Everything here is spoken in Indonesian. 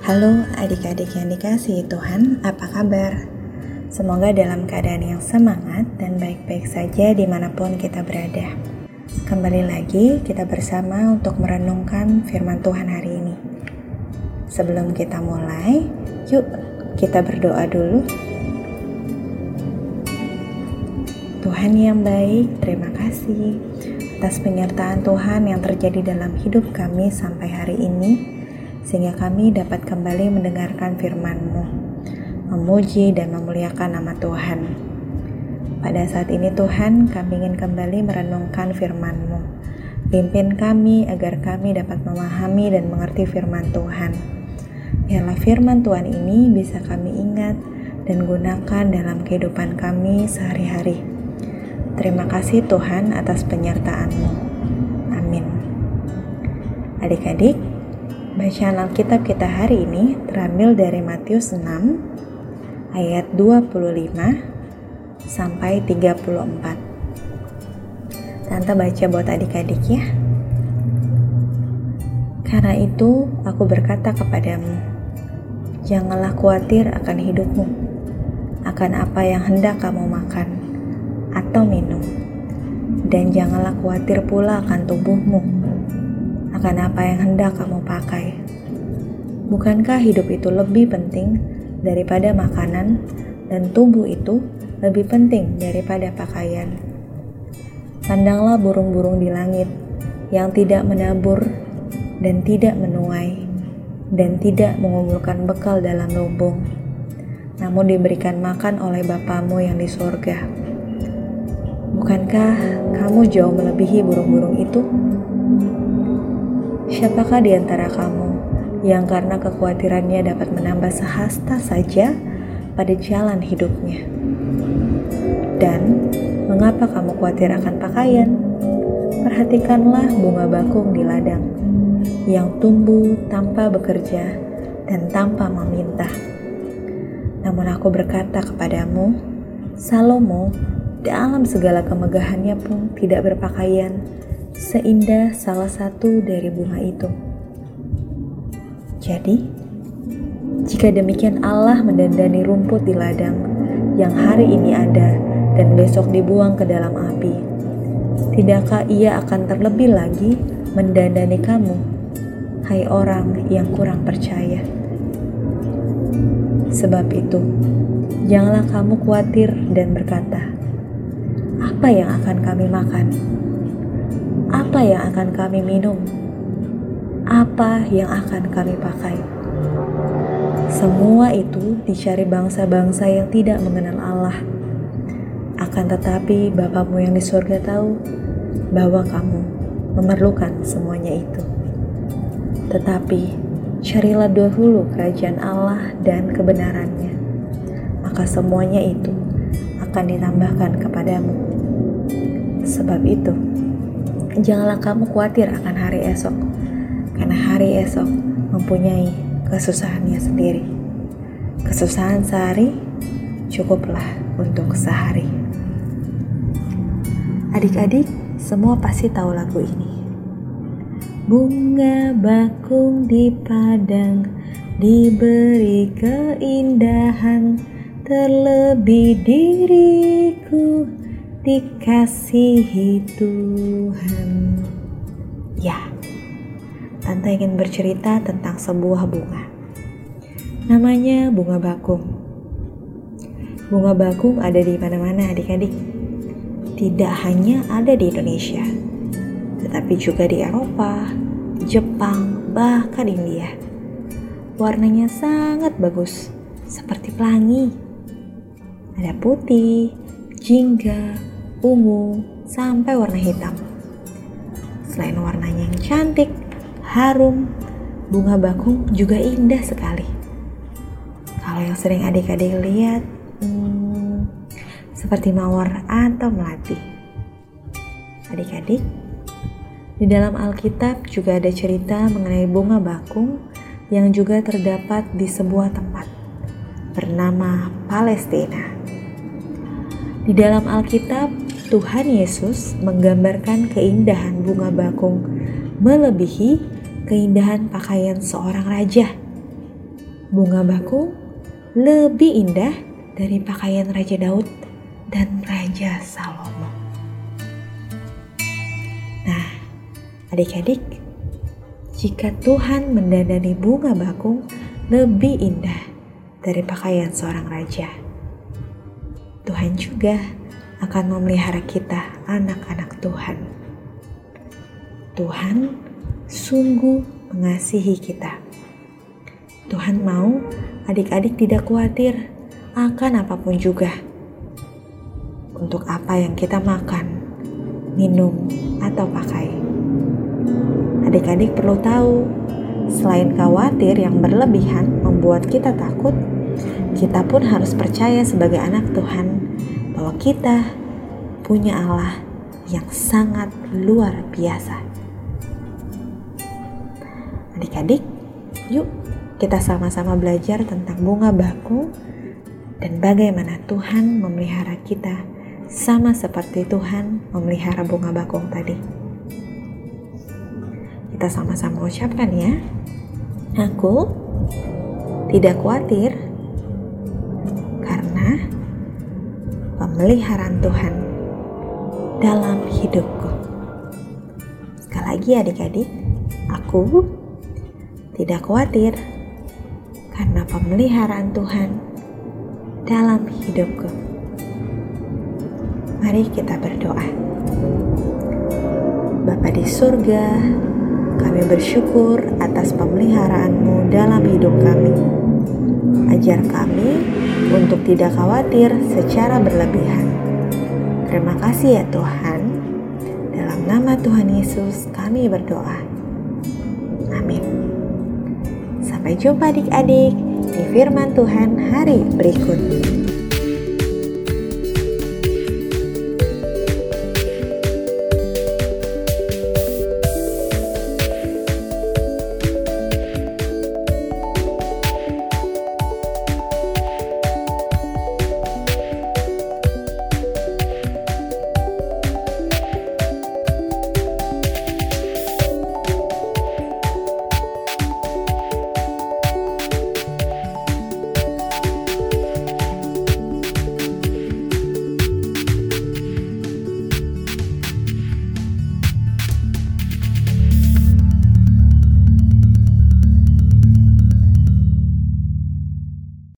Halo adik-adik yang dikasihi Tuhan, apa kabar? Semoga dalam keadaan yang semangat dan baik-baik saja dimanapun kita berada. Kembali lagi kita bersama untuk merenungkan firman Tuhan hari ini. Sebelum kita mulai, yuk kita berdoa dulu. Tuhan yang baik, terima kasih atas penyertaan Tuhan yang terjadi dalam hidup kami sampai hari ini, sehingga kami dapat kembali mendengarkan firman-Mu, memuji dan memuliakan nama Tuhan. Pada saat ini Tuhan, kami ingin kembali merenungkan firman-Mu. Pimpin kami agar kami dapat memahami dan mengerti firman Tuhan. Biarlah firman Tuhan ini bisa kami ingat dan gunakan dalam kehidupan kami sehari-hari. Terima kasih Tuhan atas penyertaan-Mu. Amin. Adik-adik, bacaan Alkitab kita hari ini terambil dari Matius 6 ayat 25 sampai 34. Tante baca buat adik-adik ya. Karena itu aku berkata kepadamu, janganlah khawatir akan hidupmu, akan apa yang hendak kamu makan atau minum, dan janganlah khawatir pula akan tubuhmu, akan apa yang hendak kamu pakai. Bukankah hidup itu lebih penting daripada makanan, dan tubuh itu lebih penting daripada pakaian? Pandanglah burung-burung di langit yang tidak menabur dan tidak menuai dan tidak mengumpulkan bekal dalam lumbung, namun diberikan makan oleh Bapamu yang di sorga. Bukankah kamu jauh melebihi burung-burung itu? Siapakah di antara kamu yang karena kekhawatirannya dapat menambah sehasta saja pada jalan hidupnya? Dan mengapa kamu khawatir akan pakaian? Perhatikanlah bunga bakung di ladang, yang tumbuh tanpa bekerja dan tanpa meminta. Namun aku berkata kepadamu, Salomo dalam segala kemegahannya pun tidak berpakaian seindah salah satu dari bunga itu. Jadi, jika demikian Allah mendandani rumput di ladang yang hari ini ada dan besok dibuang ke dalam api, tidakkah Ia akan terlebih lagi mendandani kamu, hai orang yang kurang percaya? Sebab itu, janganlah kamu khawatir dan berkata, apa yang akan kami makan? Apa yang akan kami minum? Apa yang akan kami pakai? Semua itu dicari bangsa-bangsa yang tidak mengenal Allah. Akan tetapi Bapamu yang di surga tahu bahwa kamu memerlukan semuanya itu. Tetapi carilah dahulu kerajaan Allah dan kebenarannya, maka semuanya itu akan ditambahkan kepadamu. Sebab itu, janganlah kamu khawatir akan hari esok, karena hari esok mempunyai kesusahannya sendiri. Kesusahan sehari cukuplah untuk sehari. Adik-adik semua pasti tahu lagu ini. Bunga bakung di padang diberi keindahan, terlebih diriku dikasihi Tuhan. Ya, Tante ingin bercerita tentang sebuah bunga. Namanya bunga bakung. Bunga bakung ada di mana-mana adik-adik. Tidak hanya ada di Indonesia, tetapi juga di Eropa, Jepang, bahkan India. Warnanya sangat bagus, seperti pelangi. Ada putih, jingga, ungu, sampai warna hitam. Selain warnanya yang cantik, harum, bunga bakung juga indah sekali. Kalau yang sering adik-adik lihat, seperti mawar atau melati. Adik-adik, di dalam Alkitab juga ada cerita mengenai bunga bakung yang juga terdapat di sebuah tempat bernama Palestina. Di dalam Alkitab, Tuhan Yesus menggambarkan keindahan bunga bakung melebihi keindahan pakaian seorang raja. Bunga bakung lebih indah dari pakaian Raja Daud dan Raja Salomo. Nah, adik-adik, jika Tuhan mendandani bunga bakung lebih indah dari pakaian seorang raja, Tuhan juga akan memelihara kita, anak-anak Tuhan. Tuhan sungguh mengasihi kita. Tuhan mau adik-adik tidak khawatir akan apapun juga. Untuk apa yang kita makan, minum, atau pakai. Adik-adik perlu tahu, selain khawatir yang berlebihan membuat kita takut, kita pun harus percaya sebagai anak Tuhan bahwa kita punya Allah yang sangat luar biasa. Adik-adik, yuk kita sama-sama belajar tentang bunga bakung dan bagaimana Tuhan memelihara kita sama seperti Tuhan memelihara bunga bakung tadi. Kita sama-sama ucapkan ya. Aku tidak khawatir karena pemeliharaan Tuhan dalam hidupku. Sekali lagi adik-adik, aku tidak khawatir karena pemeliharaan Tuhan dalam hidupku. Mari kita berdoa. Bapa di surga, kami bersyukur atas pemeliharaan-Mu dalam hidup kami. Ajar kami untuk tidak khawatir secara berlebihan. Terima kasih ya Tuhan. Dalam nama Tuhan Yesus kami berdoa. Amin. Sampai jumpa adik-adik di firman Tuhan hari berikut.